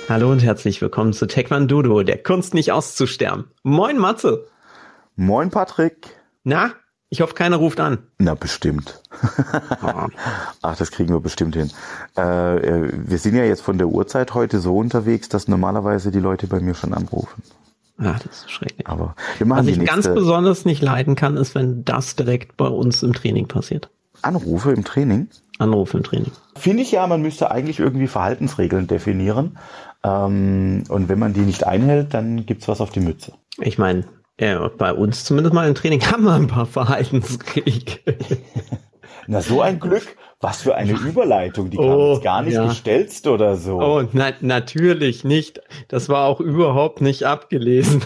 Hallo und herzlich willkommen zu Taekwondo, der Kunst nicht auszusterben. Moin Matze. Moin Patrick. Na, ich hoffe, keiner ruft an. Na, bestimmt. Ach, das kriegen wir bestimmt hin. Wir sind ja jetzt von der Uhrzeit heute so unterwegs, dass normalerweise die Leute bei mir schon anrufen. Ach, das ist schrecklich. Aber wir machen was ich ganz besonders nicht leiden kann, ist, wenn das direkt bei uns im Training passiert. Anrufe im Training? Anrufe im Training. Finde ich ja, man müsste eigentlich irgendwie Verhaltensregeln definieren. Und wenn man die nicht einhält, dann gibt's was auf die Mütze. Ich meine, bei uns zumindest mal im Training haben wir ein paar Verhaltensregeln. Na, so ein Glück. Was für eine Überleitung. Die kam jetzt gar nicht gestelzt oder so. Oh, natürlich nicht. Das war auch überhaupt nicht abgelesen.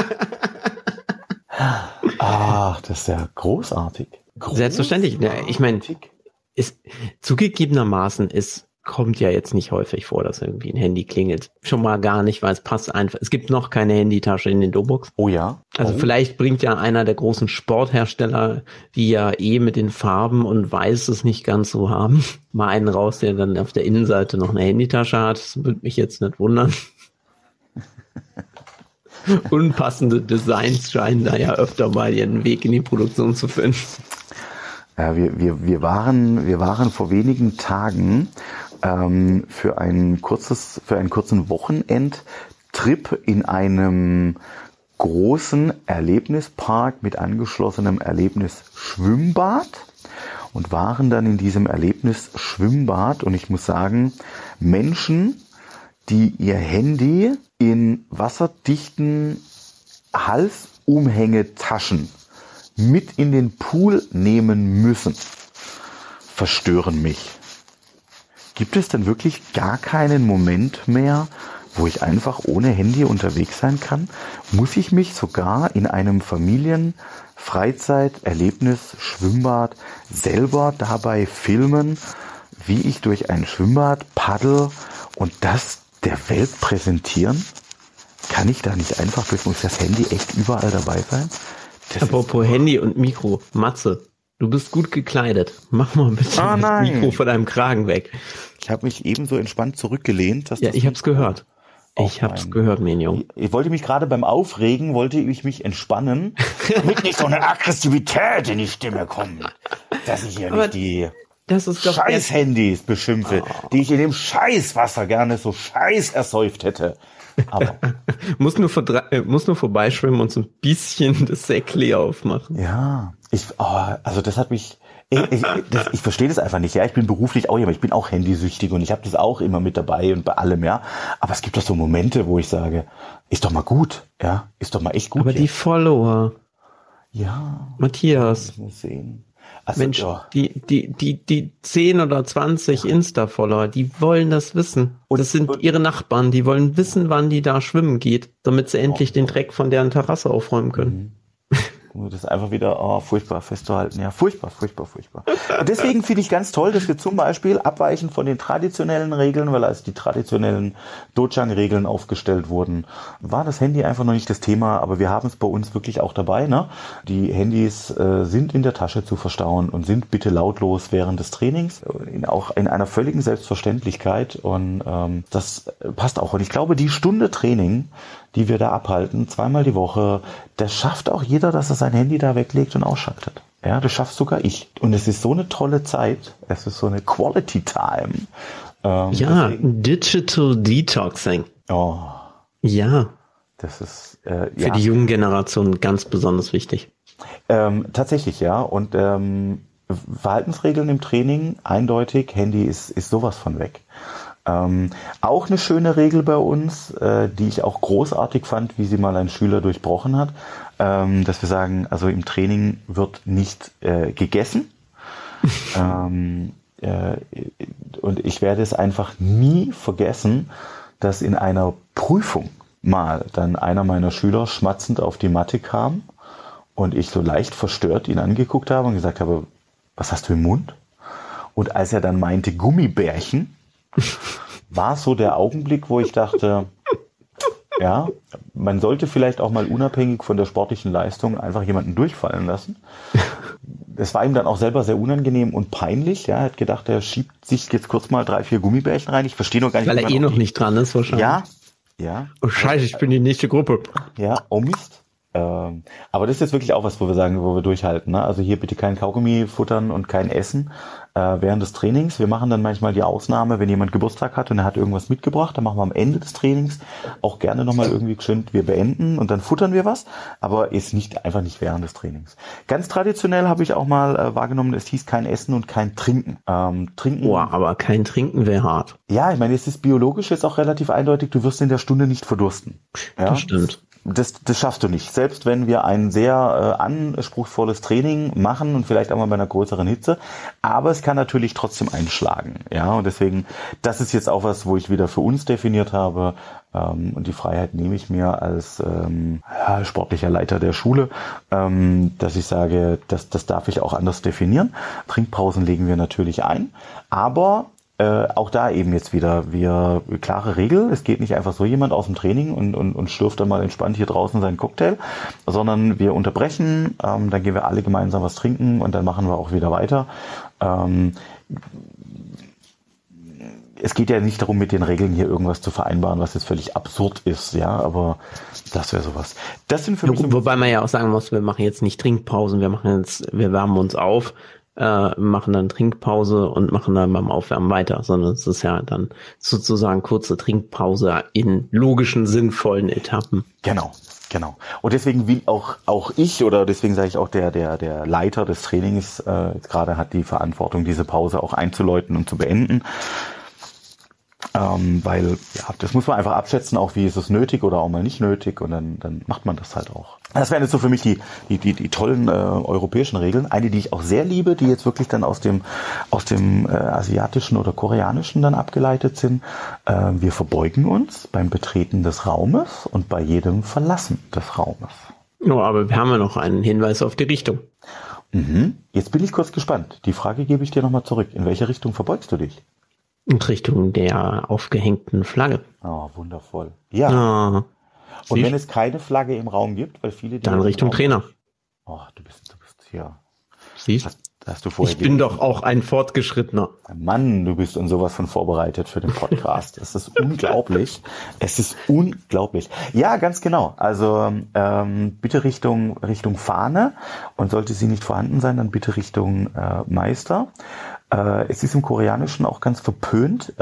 Ach, das ist ja großartig. Selbstverständlich. Ja, ich meine, zugegebenermaßen kommt ja jetzt nicht häufig vor, dass irgendwie ein Handy klingelt. Schon mal gar nicht, weil es passt einfach. Es gibt noch keine Handytasche in den Dobox. Oh ja? Also vielleicht bringt ja einer der großen Sporthersteller, die ja mit den Farben und Weiß es nicht ganz so haben, mal einen raus, der dann auf der Innenseite noch eine Handytasche hat. Das würde mich jetzt nicht wundern. Unpassende Designs scheinen da ja öfter mal ihren Weg in die Produktion zu finden. Ja, wir waren vor wenigen Tagen für einen kurzen Wochenendtrip in einem großen Erlebnispark mit angeschlossenem Erlebnisschwimmbad und waren dann in diesem Erlebnisschwimmbad und ich muss sagen, Menschen, die ihr Handy in wasserdichten Halsumhängetaschen mit in den Pool nehmen müssen, verstören mich. Gibt es denn wirklich gar keinen Moment mehr, wo ich einfach ohne Handy unterwegs sein kann? Muss ich mich sogar in einem Familien-Freizeit-Erlebnis-Schwimmbad selber dabei filmen, wie ich durch ein Schwimmbad paddel und das der Welt präsentieren? Kann ich da nicht einfach muss das Handy echt überall dabei sein? Apropos Handy und Mikro, Matze, du bist gut gekleidet. Mach mal bitte das Mikro von deinem Kragen weg. Ich habe mich eben so entspannt zurückgelehnt. Dass ich hab's gehört. Ich hab's gehört, Minion. Ich wollte mich gerade beim Aufregen, mich entspannen, damit nicht so eine Aggressivität in die Stimme kommt, dass ich hier nicht die Scheiß-Handys beschimpfe, die ich in dem Scheißwasser gerne so scheiß ersäuft hätte. Aber muss nur vorbeischwimmen und so ein bisschen das Säckli aufmachen. Ja, also das hat mich, ich verstehe das einfach nicht. Ja, ich bin beruflich auch jemand, ich bin auch handysüchtig und ich habe das auch immer mit dabei und bei allem, ja. Aber es gibt doch so Momente, wo ich sage, ist doch mal gut, ja, ist doch mal echt gut. Aber die Follower. Ja. Matthias. Muss sehen. Also, Mensch, die 10 oder 20 Insta-Follower, die wollen das wissen. Und das sind ihre Nachbarn, die wollen wissen, wann die da schwimmen geht, damit sie endlich den Dreck von deren Terrasse aufräumen können. Das ist einfach wieder furchtbar festzuhalten. Ja, furchtbar. Und deswegen finde ich ganz toll, dass wir zum Beispiel abweichen von den traditionellen Regeln, weil als die traditionellen Dojang-Regeln aufgestellt wurden, war das Handy einfach noch nicht das Thema, aber wir haben es bei uns wirklich auch dabei. Ne? Die Handys sind in der Tasche zu verstauen und sind bitte lautlos während des Trainings, auch in einer völligen Selbstverständlichkeit und das passt auch. Und ich glaube, die Stunde Training, die wir da abhalten, 2-mal die Woche, das schafft auch jeder, dass er sein Handy da weglegt und ausschaltet. Ja, das schafft sogar ich. Und es ist so eine tolle Zeit. Es ist so eine Quality Time. Deswegen. Digital Detoxing. Oh. Ja. Das ist, für die jungen Generationen ganz besonders wichtig. Tatsächlich, ja. Und Verhaltensregeln im Training, eindeutig, Handy ist sowas von weg. Auch eine schöne Regel bei uns, die ich auch großartig fand, wie sie mal ein Schüler durchbrochen hat, dass wir sagen, also im Training wird nicht gegessen. Und ich werde es einfach nie vergessen, dass in einer Prüfung mal dann einer meiner Schüler schmatzend auf die Matte kam und ich so leicht verstört ihn angeguckt habe und gesagt habe, was hast du im Mund? Und als er dann meinte Gummibärchen, war so der Augenblick, wo ich dachte, ja, man sollte vielleicht auch mal unabhängig von der sportlichen Leistung einfach jemanden durchfallen lassen. das war ihm dann auch selber sehr unangenehm und peinlich. Ja, er hat gedacht, er schiebt sich jetzt kurz mal 3, 4 Gummibärchen rein. Ich verstehe noch gar nicht. Weil er noch nicht dran ist wahrscheinlich. Ja, ja. Oh Scheiße, ich bin die nächste Gruppe. Ja, oh Mist. Aber das ist jetzt wirklich auch was, wo wir sagen, wo wir durchhalten. Ne? Also hier bitte kein Kaugummi futtern und kein Essen während des Trainings. Wir machen dann manchmal die Ausnahme, wenn jemand Geburtstag hat und er hat irgendwas mitgebracht, dann machen wir am Ende des Trainings auch gerne nochmal irgendwie schön, wir beenden und dann futtern wir was, aber ist einfach nicht während des Trainings. Ganz traditionell habe ich auch mal wahrgenommen, es hieß kein Essen und kein Trinken. Trinken. Boah, aber kein Trinken wäre hart. Ja, ich meine, es ist biologisch jetzt auch relativ eindeutig, du wirst in der Stunde nicht verdursten. Ja? Das stimmt. Das schaffst du nicht. Selbst wenn wir ein sehr anspruchsvolles Training machen und vielleicht auch mal bei einer größeren Hitze. Aber es kann natürlich trotzdem einschlagen. Ja, und deswegen, das ist jetzt auch was, wo ich wieder für uns definiert habe. Und die Freiheit nehme ich mir als sportlicher Leiter der Schule, dass ich sage, das darf ich auch anders definieren. Trinkpausen legen wir natürlich ein. Aber auch da eben jetzt wieder klare Regel. Es geht nicht einfach so jemand aus dem Training und schlürft dann mal entspannt hier draußen seinen Cocktail, sondern wir unterbrechen, dann gehen wir alle gemeinsam was trinken und dann machen wir auch wieder weiter. Es geht ja nicht darum, mit den Regeln hier irgendwas zu vereinbaren, was jetzt völlig absurd ist, ja, aber das wäre sowas. Das sind für mich Wobei man ja auch sagen muss, wir machen jetzt nicht Trinkpausen, wir wärmen uns auf, machen dann Trinkpause und machen dann beim Aufwärmen weiter, sondern es ist ja dann sozusagen kurze Trinkpause in logischen, sinnvollen Etappen. Genau. Und deswegen will auch ich, oder deswegen sage ich auch der Leiter des Trainings gerade hat die Verantwortung, diese Pause auch einzuläuten und zu beenden. Weil, ja, das muss man einfach abschätzen, auch wie ist es nötig oder auch mal nicht nötig und dann macht man das halt auch. Das wären jetzt so für mich die tollen europäischen Regeln. Eine, die ich auch sehr liebe, die jetzt wirklich dann aus dem asiatischen oder koreanischen dann abgeleitet sind. Wir verbeugen uns beim Betreten des Raumes und bei jedem Verlassen des Raumes. Ja, aber wir haben ja noch einen Hinweis auf die Richtung. Jetzt bin ich kurz gespannt. Die Frage gebe ich dir nochmal zurück. In welche Richtung verbeugst du dich? In Richtung der aufgehängten Flagge. Oh, wundervoll. Ja. Und wenn es keine Flagge im Raum gibt, weil viele... Dann Richtung Trainer. Oh, du bist hier. Siehst? Hast du vorher ich bin doch auch ein Fortgeschrittener. Mann, du bist in sowas von vorbereitet für den Podcast. Es ist unglaublich. Es ist unglaublich. Ja, ganz genau. Also bitte Richtung Fahne und sollte sie nicht vorhanden sein, dann bitte Richtung Meister. Es ist im Koreanischen auch ganz verpönt,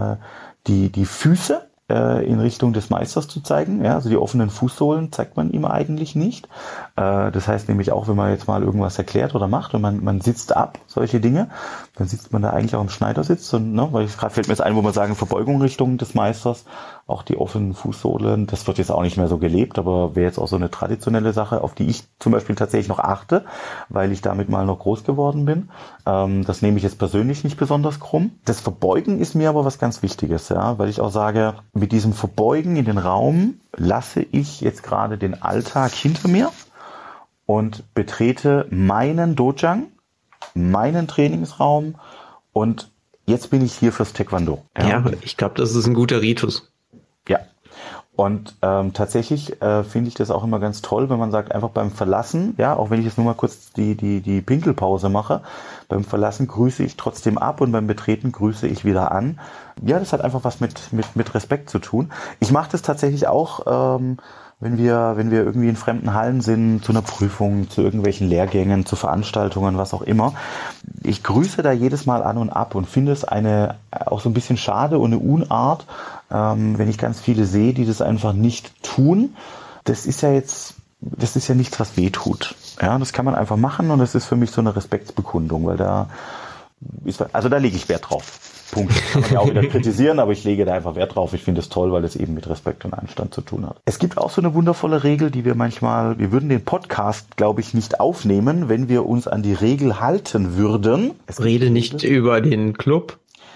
die Füße in Richtung des Meisters zu zeigen. Ja, also die offenen Fußsohlen zeigt man ihm eigentlich nicht. Das heißt nämlich auch, wenn man jetzt mal irgendwas erklärt oder macht und man sitzt ab, solche Dinge, dann sitzt man da eigentlich auch im Schneidersitz. Und, ne, weil gerade fällt mir jetzt ein, wo man sagen, Verbeugung Richtung des Meisters, auch die offenen Fußsohlen, das wird jetzt auch nicht mehr so gelebt, aber wäre jetzt auch so eine traditionelle Sache, auf die ich zum Beispiel tatsächlich noch achte, weil ich damit mal noch groß geworden bin. Das nehme ich jetzt persönlich nicht besonders krumm. Das Verbeugen ist mir aber was ganz Wichtiges, ja, weil ich auch sage, mit diesem Verbeugen in den Raum lasse ich jetzt gerade den Alltag hinter mir und betrete meinen Dojang, meinen Trainingsraum und jetzt bin ich hier fürs Taekwondo. Ja, ich glaube, das ist ein guter Ritus. Ja. Und tatsächlich finde ich das auch immer ganz toll, wenn man sagt, einfach beim Verlassen, ja, auch wenn ich jetzt nur mal kurz die Pinkelpause mache, beim Verlassen grüße ich trotzdem ab und beim Betreten grüße ich wieder an. Ja, das hat einfach was mit Respekt zu tun. Ich mache das tatsächlich auch, wenn wir irgendwie in fremden Hallen sind, zu einer Prüfung, zu irgendwelchen Lehrgängen, zu Veranstaltungen, was auch immer. Ich grüße da jedes Mal an und ab und finde es auch so ein bisschen schade und eine Unart, wenn ich ganz viele sehe, die das einfach nicht tun. Das ist ja nichts, was weh tut. Ja, das kann man einfach machen und das ist für mich so eine Respektsbekundung, weil da lege ich Wert drauf. Punkt. Kann man ja auch wieder kritisieren, aber ich lege da einfach Wert drauf. Ich finde es toll, weil es eben mit Respekt und Anstand zu tun hat. Es gibt auch so eine wundervolle Regel, die wir würden den Podcast, glaube ich, nicht aufnehmen, wenn wir uns an die Regel halten würden. Rede nicht über den Club.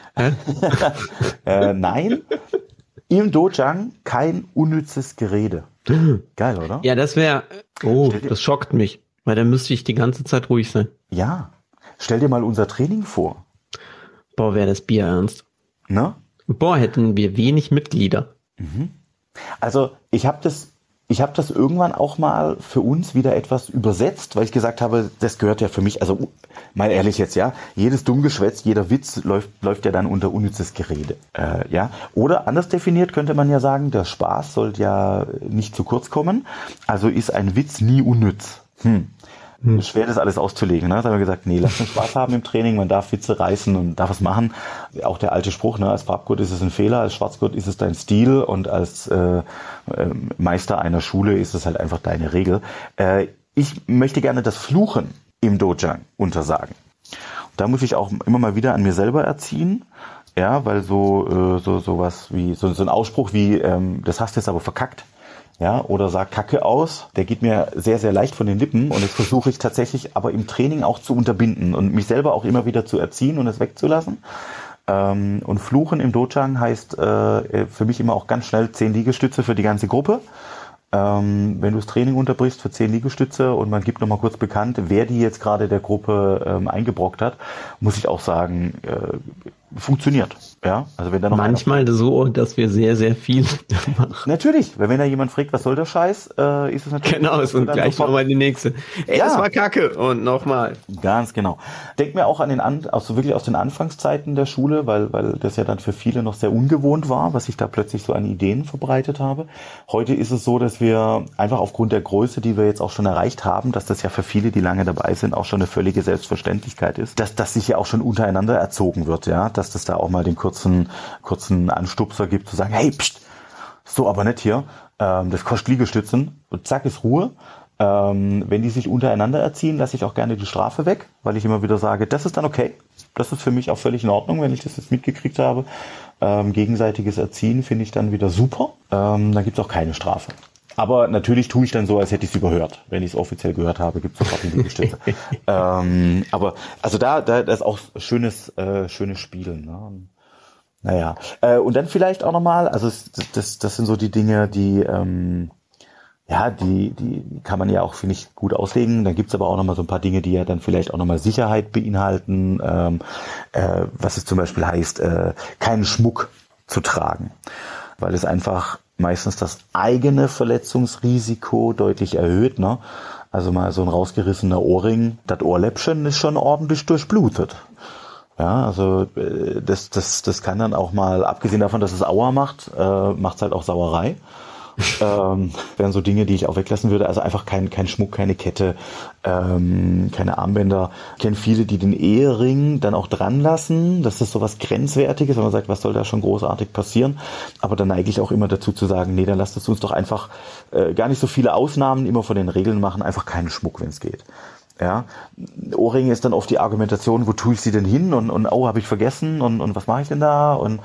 Nein. Im Dojang kein unnützes Gerede. Geil, oder? Ja, das schockt mich, weil dann müsste ich die ganze Zeit ruhig sein. Ja. Stell dir mal unser Training vor. Boah, wäre das Bier ernst. Ne? Boah, hätten wir wenig Mitglieder. Also ich habe das Ich habe das irgendwann auch mal für uns wieder etwas übersetzt, weil ich gesagt habe, das gehört ja für mich, also mal ehrlich jetzt, ja, jedes Dummgeschwätz, jeder Witz läuft ja dann unter unnützes Gerede. Ja. Oder anders definiert könnte man ja sagen, der Spaß sollte ja nicht zu kurz kommen, also ist ein Witz nie unnütz. Schwer, das alles auszulegen. Ne? Da haben wir gesagt, nee, lass uns Spaß haben im Training, man darf Witze reißen und darf es machen. Auch der alte Spruch, ne? Als Farbgurt ist es ein Fehler, als Schwarzgurt ist es dein Stil und als Meister einer Schule ist es halt einfach deine Regel. Ich möchte gerne das Fluchen im Dojang untersagen. Da muss ich auch immer mal wieder an mir selber erziehen. Ja, weil sowas wie, so ein Ausspruch wie, das hast du jetzt aber verkackt. Ja, oder sag Kacke aus, der geht mir sehr, sehr leicht von den Lippen und das versuche ich tatsächlich aber im Training auch zu unterbinden und mich selber auch immer wieder zu erziehen und es wegzulassen. Und Fluchen im Dojang heißt für mich immer auch ganz schnell 10 Liegestütze für die ganze Gruppe. Wenn du das Training unterbrichst für 10 Liegestütze und man gibt nochmal kurz bekannt, wer die jetzt gerade der Gruppe eingebrockt hat, muss ich auch sagen, funktioniert. Ja, also wenn da noch manchmal so, dass wir sehr, sehr viel machen. Natürlich, weil wenn da jemand fragt, was soll der Scheiß, ist es natürlich... Genau, ist und gleich nochmal die nächste. Ey, ja. Das war Kacke und nochmal. Ganz genau. Denk mir auch an wirklich aus den Anfangszeiten der Schule, weil das ja dann für viele noch sehr ungewohnt war, was ich da plötzlich so an Ideen verbreitet habe. Heute ist es so, dass wir einfach aufgrund der Größe, die wir jetzt auch schon erreicht haben, dass das ja für viele, die lange dabei sind, auch schon eine völlige Selbstverständlichkeit ist, dass das sich ja auch schon untereinander erzogen wird, ja, dass das da auch mal den kurzen Anstupser gibt, zu sagen, hey, pst, so aber nicht hier, das kostet Liegestützen und zack ist Ruhe. Wenn die sich untereinander erziehen, lasse ich auch gerne die Strafe weg, weil ich immer wieder sage, das ist dann okay, das ist für mich auch völlig in Ordnung, wenn ich das jetzt mitgekriegt habe. Gegenseitiges Erziehen finde ich dann wieder super, dann gibt es auch keine Strafe. Aber natürlich tue ich dann so, als hätte ich es überhört. Wenn ich es offiziell gehört habe, gibt es sofort eine Liegestütze. Aber also da ist auch schönes Spielen. Ne? Naja, und dann vielleicht auch nochmal, also das sind so die Dinge, die kann man ja auch, finde ich, gut auslegen. Dann gibt's aber auch nochmal so ein paar Dinge, die ja dann vielleicht auch nochmal Sicherheit beinhalten, was es zum Beispiel heißt, keinen Schmuck zu tragen, weil es einfach meistens das eigene Verletzungsrisiko deutlich erhöht. Ne? Also mal so ein rausgerissener Ohrring, das Ohrläppchen ist schon ordentlich durchblutet. Ja, also das kann dann auch mal, abgesehen davon, dass es Aua macht, macht's halt auch Sauerei. Wären so Dinge, die ich auch weglassen würde. Also einfach kein Schmuck, keine Kette, keine Armbänder. Ich kenne viele, die den Ehering dann auch dran lassen. Das ist so was Grenzwertiges, wenn man sagt, was soll da schon großartig passieren. Aber dann neige ich auch immer dazu zu sagen, nee, dann lasst es uns doch einfach gar nicht so viele Ausnahmen immer von den Regeln machen, einfach keinen Schmuck, wenn es geht. Ja, Ohrringe ist dann oft die Argumentation, wo tue ich sie denn hin und oh, habe ich vergessen und was mache ich denn da und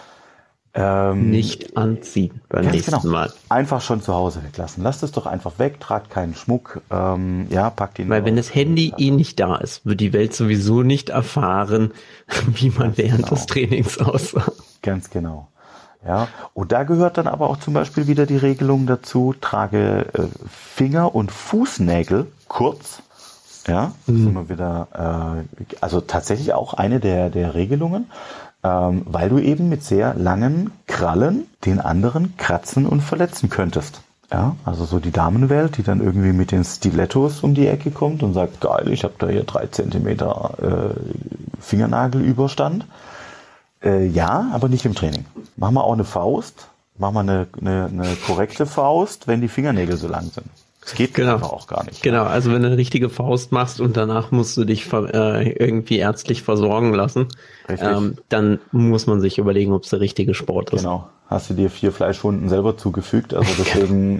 nicht anziehen beim nächsten Mal. Einfach schon zu Hause weglassen. Lasst es doch einfach weg, tragt keinen Schmuck, packt ihn. Weil wenn das Handy nicht da ist, wird die Welt sowieso nicht erfahren, wie man während des Trainings aussah. Ganz genau. Ja, und da gehört dann aber auch zum Beispiel wieder die Regelung dazu, trage Finger- und Fußnägel kurz. Ja, das ist immer wieder, also tatsächlich auch eine der Regelungen, weil du eben mit sehr langen Krallen den anderen kratzen und verletzen könntest. Ja, also so die Damenwelt, die dann irgendwie mit den Stilettos um die Ecke kommt und sagt, geil, ich habe da hier 3 Zentimeter Fingernagelüberstand. Ja, aber nicht im Training. Mach mal auch eine Faust, mach mal eine korrekte Faust, wenn die Fingernägel so lang sind. Das geht einfach auch gar nicht. Genau, also wenn du eine richtige Faust machst und danach musst du dich irgendwie ärztlich versorgen lassen, dann muss man sich überlegen, ob es der richtige Sport ist. Genau, hast du dir 4 Fleischwunden selber zugefügt, also deswegen,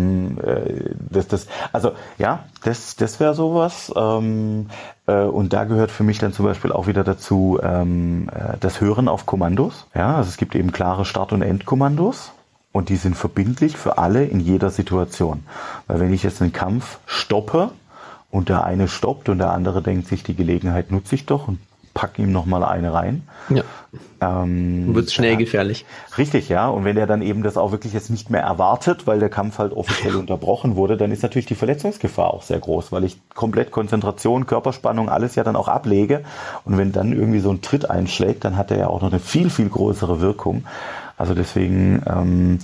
das wäre sowas. Und da gehört für mich dann zum Beispiel auch wieder dazu das Hören auf Kommandos. Ja, also es gibt eben klare Start- und Endkommandos. Und die sind verbindlich für alle in jeder Situation. Weil wenn ich jetzt einen Kampf stoppe und der eine stoppt und der andere denkt sich, die Gelegenheit nutze ich doch und pack ihm nochmal eine rein. Ja. Wird schnell gefährlich. Richtig, ja. Und wenn er dann eben das auch wirklich jetzt nicht mehr erwartet, weil der Kampf halt offiziell unterbrochen wurde, dann ist natürlich die Verletzungsgefahr auch sehr groß, weil ich komplett Konzentration, Körperspannung, alles ja dann auch ablege. Und wenn dann irgendwie so ein Tritt einschlägt, dann hat er ja auch noch eine viel, viel größere Wirkung. Also deswegen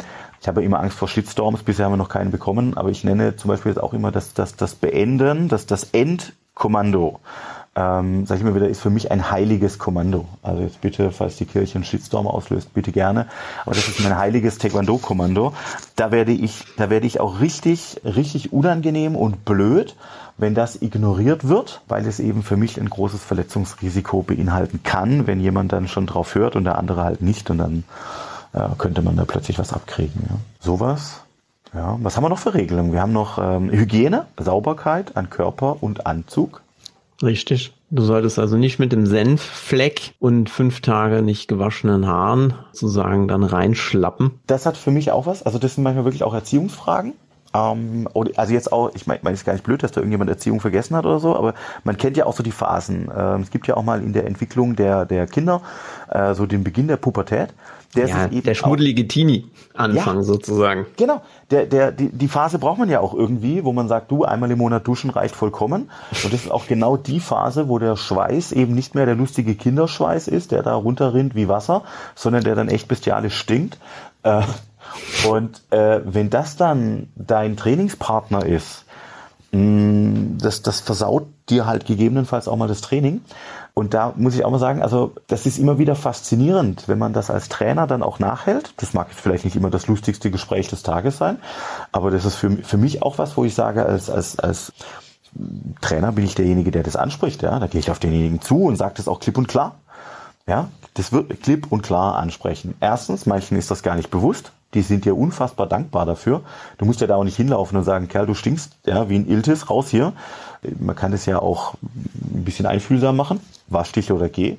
Ich habe immer Angst vor Shitstorms, bisher haben wir noch keinen bekommen, aber ich nenne zum Beispiel jetzt auch immer das Beenden, das Endkommando. Sag ich immer wieder, ist für mich ein heiliges Kommando. Also jetzt bitte, falls die Kirche einen Shitstorm auslöst, bitte gerne. Aber das ist mein heiliges Taekwondo-Kommando. Da werde ich auch richtig unangenehm und blöd, wenn das ignoriert wird, weil es eben für mich ein großes Verletzungsrisiko beinhalten kann, wenn jemand dann schon drauf hört und der andere halt nicht, und dann könnte man da plötzlich was abkriegen. Ja. Sowas. Ja. Was haben wir noch für Regelungen? Wir haben noch Hygiene, Sauberkeit an Körper und Anzug. Richtig. Du solltest also nicht mit dem Senffleck und 5 Tage nicht gewaschenen Haaren sozusagen dann reinschlappen. Das hat für mich auch was. Also das sind manchmal wirklich auch Erziehungsfragen. Also jetzt auch, ich meine, es ist gar nicht blöd, dass da irgendjemand Erziehung vergessen hat oder so, aber man kennt ja auch so die Phasen. Es gibt ja auch mal in der Entwicklung der Kinder so den Beginn der Pubertät. Der schmuddelige Teenie-Anfang sozusagen. Genau, die Phase braucht man ja auch irgendwie, wo man sagt, du, einmal im Monat duschen reicht vollkommen. Und das ist auch genau die Phase, wo der Schweiß eben nicht mehr der lustige Kinderschweiß ist, der da runterrinnt wie Wasser, sondern der dann echt bestialisch stinkt. Und wenn das dann dein Trainingspartner ist, das versaut dir halt gegebenenfalls auch mal das Training. Und da muss ich auch mal sagen, also das ist immer wieder faszinierend, wenn man das als Trainer dann auch nachhält. Das mag jetzt vielleicht nicht immer das lustigste Gespräch des Tages sein, aber das ist für mich auch was, wo ich sage, als Trainer bin ich derjenige, der das anspricht. Ja, da gehe ich auf denjenigen zu und sage das auch klipp und klar. Ja, das wird klipp und klar ansprechen. Erstens, manchen ist das gar nicht bewusst. Die sind dir unfassbar dankbar dafür. Du musst ja da auch nicht hinlaufen und sagen, Kerl, du stinkst, ja, wie ein Iltis, raus hier. Man kann das ja auch ein bisschen einfühlsam machen. Wasch dich oder geh.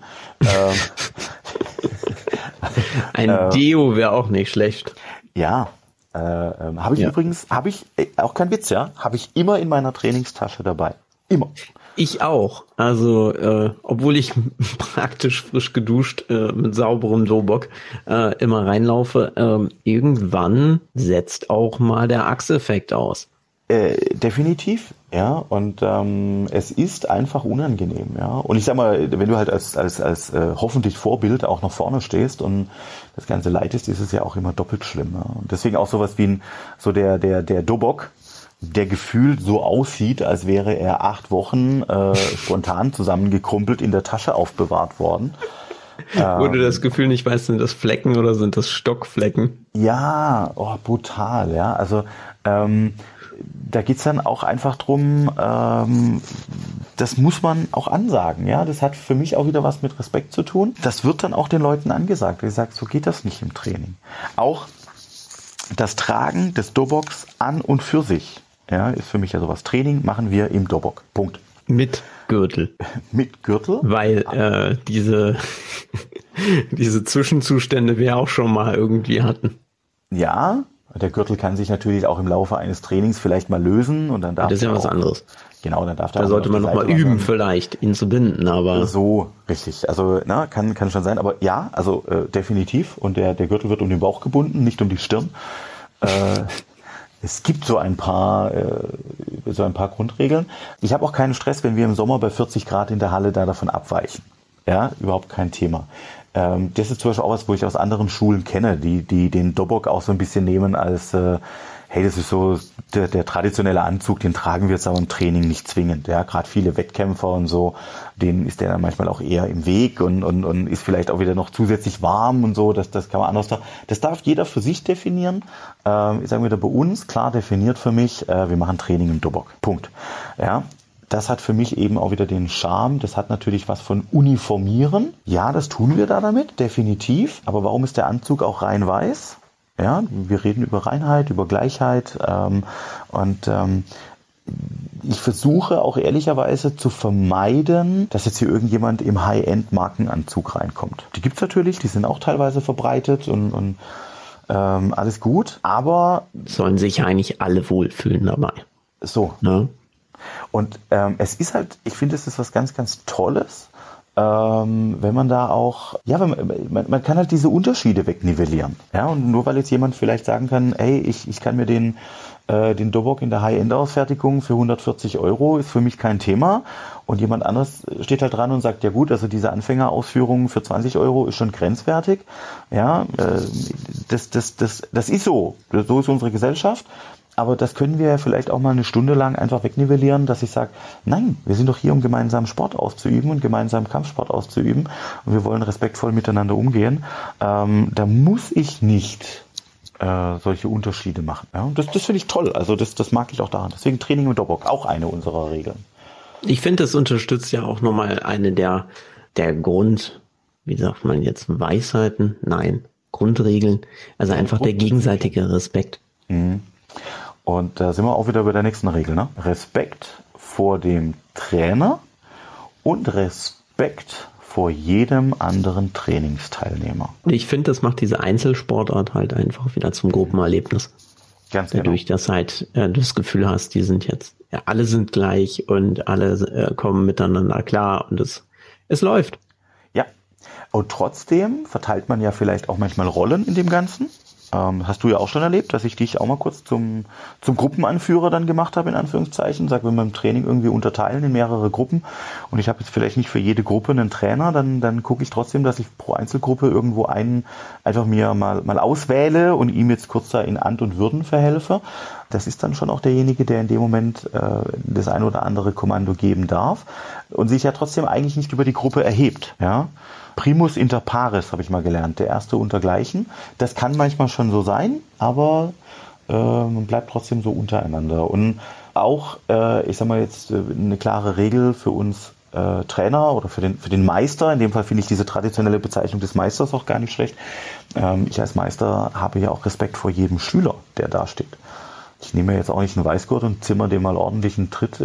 Ein Deo wäre auch nicht schlecht. Ja, habe ich übrigens, auch kein Witz, ja, habe ich immer in meiner Trainingstasche dabei. Immer. Ich auch. Also, obwohl ich praktisch frisch geduscht mit sauberem Dobok immer reinlaufe, irgendwann setzt auch mal der Achseffekt aus. Definitiv, ja. Und es ist einfach unangenehm, ja. Und ich sag mal, wenn du halt als hoffentlich Vorbild auch nach vorne stehst und das Ganze leitest, ist es ja auch immer doppelt schlimm. Ja? Und deswegen auch sowas wie der Dobok, der gefühlt so aussieht, als wäre er 8 Wochen spontan zusammengekrumpelt in der Tasche aufbewahrt worden. Wo du das Gefühl nicht weißt, sind das Flecken oder sind das Stockflecken? Ja, brutal, ja. Also da geht's dann auch einfach drum, das muss man auch ansagen, ja. Das hat für mich auch wieder was mit Respekt zu tun. Das wird dann auch den Leuten angesagt. Ich sage, so geht das nicht im Training. Auch das Tragen des Doboks an und für sich, ja, ist für mich ja sowas. Training machen wir im Dobok. Punkt. Mit Gürtel. Mit Gürtel? Weil diese Zwischenzustände wir auch schon mal irgendwie hatten. Ja, der Gürtel kann sich natürlich auch im Laufe eines Trainings vielleicht mal lösen und dann darf das ist ja was anderes. Genau, dann darf da sollte man noch mal üben, vielleicht ihn zu binden, aber so richtig. Also kann schon sein, aber ja, also definitiv. Und der Gürtel wird um den Bauch gebunden, nicht um die Stirn. Es gibt so ein paar Grundregeln. Ich habe auch keinen Stress, wenn wir im Sommer bei 40 Grad in der Halle davon abweichen. Ja, überhaupt kein Thema. Das ist zum Beispiel auch was, wo ich aus anderen Schulen kenne, die den Dobok auch so ein bisschen nehmen als hey, das ist so der traditionelle Anzug, den tragen wir jetzt aber im Training nicht zwingend. Ja, gerade viele Wettkämpfer und so, denen ist der dann manchmal auch eher im Weg und ist vielleicht auch wieder noch zusätzlich warm und so. Das kann man anders. Das darf jeder für sich definieren. Ich sage wieder bei uns, klar definiert für mich, wir machen Training im Dobok. Punkt. Ja. Das hat für mich eben auch wieder den Charme. Das hat natürlich was von Uniformieren. Ja, das tun wir da damit, definitiv. Aber warum ist der Anzug auch rein weiß? Ja, wir reden über Reinheit, über Gleichheit. Ich versuche auch ehrlicherweise zu vermeiden, dass jetzt hier irgendjemand im High-End-Markenanzug reinkommt. Die gibt's natürlich, die sind auch teilweise verbreitet und alles gut. Aber sollen sich eigentlich alle wohlfühlen dabei. So. Ne? Und es ist halt, ich finde, es ist was ganz, ganz Tolles, wenn man da auch, ja, man kann halt diese Unterschiede wegnivellieren. Ja, und nur weil jetzt jemand vielleicht sagen kann, ey, ich kann mir den Dobok in der High-End-Ausfertigung für 140 € ist für mich kein Thema. Und jemand anderes steht halt dran und sagt, ja gut, also diese Anfängerausführung für 20 € ist schon grenzwertig. Ja, das ist so. So ist unsere Gesellschaft. Aber das können wir vielleicht auch mal eine Stunde lang einfach wegnivellieren, dass ich sage, nein, wir sind doch hier, um gemeinsam Sport auszuüben und gemeinsam Kampfsport auszuüben. Und wir wollen respektvoll miteinander umgehen. Da muss ich nicht solche Unterschiede machen. Ja? Und das finde ich toll. Also das mag ich auch daran. Deswegen Training mit Dobok, auch eine unserer Regeln. Ich finde, das unterstützt ja auch nochmal eine der wie sagt man jetzt, Weisheiten? Nein, Grundregeln. Also einfach der gegenseitige Respekt. Mhm. Und da sind wir auch wieder bei der nächsten Regel, ne? Respekt vor dem Trainer und Respekt vor jedem anderen Trainingsteilnehmer. Ich finde, das macht diese Einzelsportart halt einfach wieder zum Gruppenerlebnis. Ganz genau. Dadurch, dass halt du das Gefühl hast, die sind jetzt, ja, alle sind gleich und alle kommen miteinander klar und es läuft. Ja, und trotzdem verteilt man ja vielleicht auch manchmal Rollen in dem Ganzen. Hast du ja auch schon erlebt, dass ich dich auch mal kurz zum Gruppenanführer dann gemacht habe, in Anführungszeichen. Sag, wenn wir im Training irgendwie unterteilen in mehrere Gruppen und ich habe jetzt vielleicht nicht für jede Gruppe einen Trainer, dann gucke ich trotzdem, dass ich pro Einzelgruppe irgendwo einen einfach mir mal auswähle und ihm jetzt kurz da in Amt und Würden verhelfe. Das ist dann schon auch derjenige, der in dem Moment das ein oder andere Kommando geben darf und sich ja trotzdem eigentlich nicht über die Gruppe erhebt, ja. Primus inter pares, habe ich mal gelernt, der Erste untergleichen. Das kann manchmal schon so sein, aber man bleibt trotzdem so untereinander. Und auch, ich sag mal jetzt, eine klare Regel für uns Trainer oder für den Meister, in dem Fall finde ich diese traditionelle Bezeichnung des Meisters auch gar nicht schlecht. Ich als Meister habe ja auch Respekt vor jedem Schüler, der da steht. Ich nehme jetzt auch nicht einen Weißgurt und zimmer dem mal ordentlich einen Tritt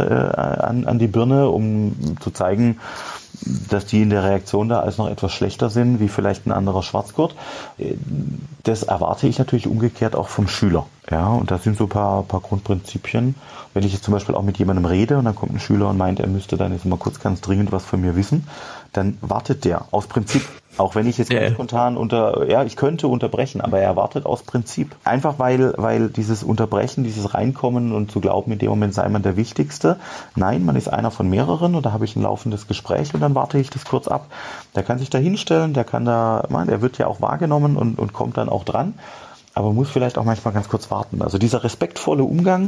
an die Birne, um zu zeigen, dass die in der Reaktion da alles noch etwas schlechter sind, wie vielleicht ein anderer Schwarzgurt. Das erwarte ich natürlich umgekehrt auch vom Schüler. Ja, und da sind so ein paar Grundprinzipien. Wenn ich jetzt zum Beispiel auch mit jemandem rede und dann kommt ein Schüler und meint, er müsste dann jetzt mal kurz ganz dringend was von mir wissen, dann wartet der aus Prinzip. Auch wenn ich jetzt ganz spontan ich könnte unterbrechen, aber er erwartet aus Prinzip. Einfach weil dieses Unterbrechen, dieses Reinkommen und zu glauben, in dem Moment sei man der Wichtigste. Nein, man ist einer von mehreren und da habe ich ein laufendes Gespräch und dann warte ich das kurz ab. Der kann sich da hinstellen, er wird ja auch wahrgenommen und kommt dann auch dran, aber muss vielleicht auch manchmal ganz kurz warten. Also dieser respektvolle Umgang,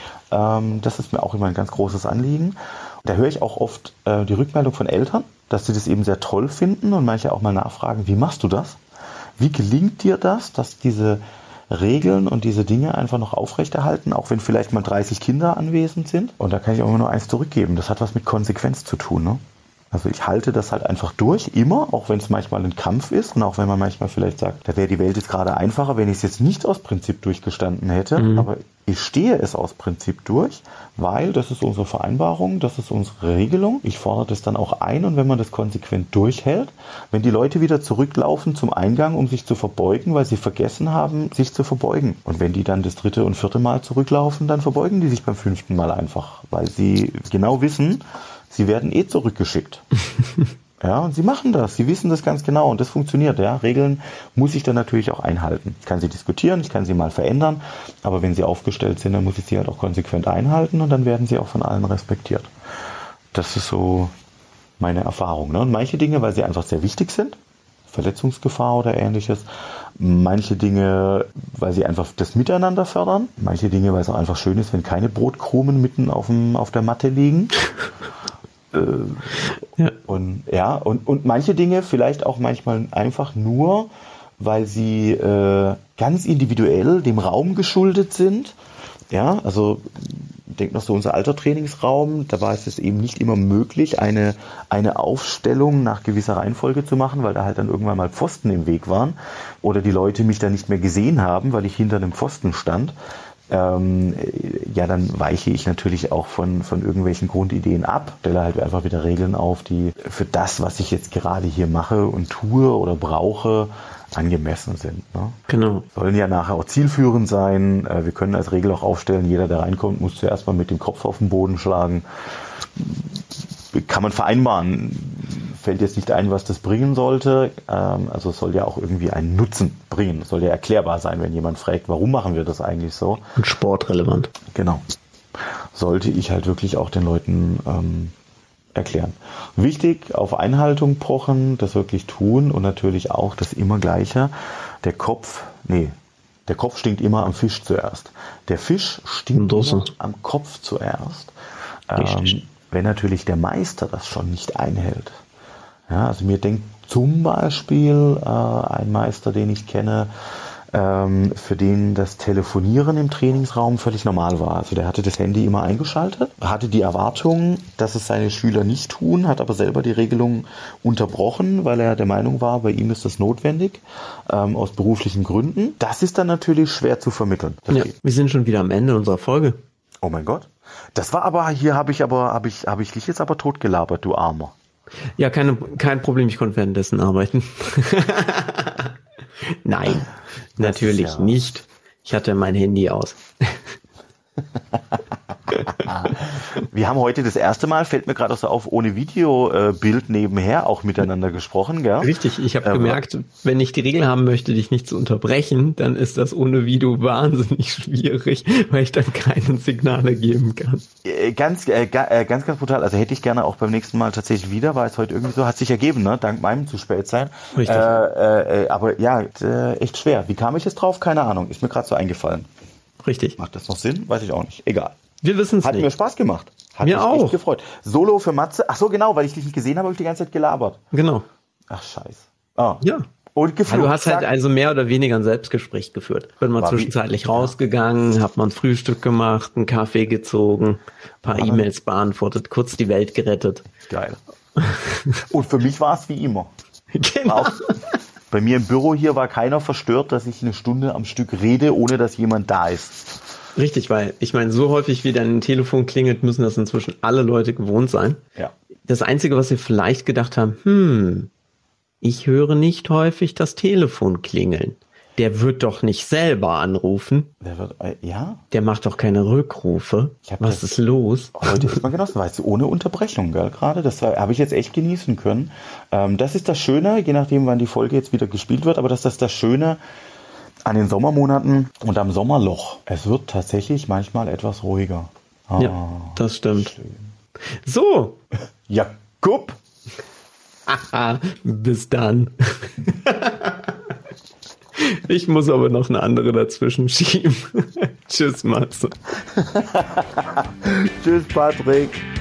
das ist mir auch immer ein ganz großes Anliegen. Da höre ich auch oft die Rückmeldung von Eltern, dass sie das eben sehr toll finden und manche auch mal nachfragen, wie machst du das? Wie gelingt dir das, dass diese Regeln und diese Dinge einfach noch aufrechterhalten, auch wenn vielleicht mal 30 Kinder anwesend sind? Und da kann ich auch immer nur eins zurückgeben. Das hat was mit Konsequenz zu tun, ne? Also ich halte das halt einfach durch, immer, auch wenn es manchmal ein Kampf ist und auch wenn man manchmal vielleicht sagt, da wäre die Welt jetzt gerade einfacher, wenn ich es jetzt nicht aus Prinzip durchgestanden hätte, aber ich stehe es aus Prinzip durch, weil das ist unsere Vereinbarung, das ist unsere Regelung. Ich fordere das dann auch ein und wenn man das konsequent durchhält, wenn die Leute wieder zurücklaufen zum Eingang, um sich zu verbeugen, weil sie vergessen haben, sich zu verbeugen. Und wenn die dann das 3. und 4. Mal zurücklaufen, dann verbeugen die sich beim 5. Mal einfach, weil sie genau wissen, sie werden zurückgeschickt. Ja, und sie machen das. Sie wissen das ganz genau und das funktioniert. Ja, Regeln muss ich dann natürlich auch einhalten. Ich kann sie diskutieren, ich kann sie mal verändern, aber wenn sie aufgestellt sind, dann muss ich sie halt auch konsequent einhalten und dann werden sie auch von allen respektiert. Das ist so meine Erfahrung. Ne? Und manche Dinge, weil sie einfach sehr wichtig sind, Verletzungsgefahr oder ähnliches, manche Dinge, weil sie einfach das Miteinander fördern, manche Dinge, weil es auch einfach schön ist, wenn keine Brotkrumen mitten auf der Matte liegen. Und manche Dinge vielleicht auch manchmal einfach nur, weil sie ganz individuell dem Raum geschuldet sind. Ja, also denkt noch so unser alter Trainingsraum, da war es eben nicht immer möglich, eine Aufstellung nach gewisser Reihenfolge zu machen, weil da halt dann irgendwann mal Pfosten im Weg waren oder die Leute mich da nicht mehr gesehen haben, weil ich hinter einem Pfosten stand. Dann weiche ich natürlich auch von irgendwelchen Grundideen ab, stelle halt einfach wieder Regeln auf, die für das, was ich jetzt gerade hier mache und tue oder brauche, angemessen sind. Ne? Genau. Sollen ja nachher auch zielführend sein. Wir können als Regel auch aufstellen, jeder, der reinkommt, muss zuerst mal mit dem Kopf auf den Boden schlagen. Kann man vereinbaren. fällt jetzt nicht ein, was das bringen sollte. Also es soll ja auch irgendwie einen Nutzen bringen. Es soll ja erklärbar sein, wenn jemand fragt, warum machen wir das eigentlich so? Und sportrelevant. Genau. Sollte ich halt wirklich auch den Leuten erklären. Wichtig, auf Einhaltung pochen, das wirklich tun und natürlich auch das immer Gleiche. Der Kopf stinkt immer am Fisch zuerst. Der Fisch stinkt immer am Kopf zuerst. Wenn natürlich der Meister das schon nicht einhält. Ja, also mir denkt zum Beispiel ein Meister, den ich kenne, für den das Telefonieren im Trainingsraum völlig normal war. Also der hatte das Handy immer eingeschaltet, hatte die Erwartung, dass es seine Schüler nicht tun, hat aber selber die Regelung unterbrochen, weil er der Meinung war, bei ihm ist das notwendig, aus beruflichen Gründen. Das ist dann natürlich schwer zu vermitteln. Ja, wir sind schon wieder am Ende unserer Folge. Oh mein Gott. Das war aber, hier habe ich dich jetzt aber totgelabert, du Armer. Ja, kein Problem, ich konnte währenddessen arbeiten. Nein, natürlich nicht. Ich hatte mein Handy aus. Wir haben heute das erste Mal, fällt mir gerade so auf, ohne Videobild nebenher auch miteinander gesprochen, gell? Richtig, ich habe gemerkt, wenn ich die Regel haben möchte, dich nicht zu unterbrechen, dann ist das ohne Video wahnsinnig schwierig, weil ich dann keine Signale geben kann. Ganz brutal. Also hätte ich gerne auch beim nächsten Mal tatsächlich wieder, war es heute irgendwie so, hat sich ergeben, ne? Dank meinem zu spät sein. Richtig. Aber ja, echt schwer. Wie kam ich jetzt drauf? Keine Ahnung. Ist mir gerade so eingefallen. Richtig. Macht das noch Sinn? Weiß ich auch nicht. Egal. Wir wissen es nicht. Hat mir Spaß gemacht. Hat mir mich auch. Echt gefreut. Solo für Matze. Ach so, genau, weil ich dich nicht gesehen habe, habe ich die ganze Zeit gelabert. Genau. Ach, scheiße. Ah. Ja. Und geflucht. Du hast halt also mehr oder weniger ein Selbstgespräch geführt. Bin mal zwischenzeitlich rausgegangen, hab mal ein Frühstück gemacht, einen Kaffee gezogen, ein paar E-Mails beantwortet, kurz die Welt gerettet. Geil. Und für mich war es wie immer. Genau. Bei mir im Büro hier war keiner verstört, dass ich eine Stunde am Stück rede, ohne dass jemand da ist. Richtig, weil ich meine, so häufig wie dein Telefon klingelt, müssen das inzwischen alle Leute gewohnt sein. Ja. Das Einzige, was wir vielleicht gedacht haben, ich höre nicht häufig das Telefon klingeln. Der wird doch nicht selber anrufen. Der macht doch keine Rückrufe. Was ist los? Heute ist mal genossen, weißt du, ohne Unterbrechung, gell, gerade. Das habe ich jetzt echt genießen können. Das ist das Schöne, je nachdem, wann die Folge jetzt wieder gespielt wird, aber das ist das Schöne an den Sommermonaten und am Sommerloch. Es wird tatsächlich manchmal etwas ruhiger. Ja, das stimmt. Schön. So. Jakub. Bis dann. Ich muss aber noch eine andere dazwischen schieben. Tschüss, Matze. Tschüss, Patrick.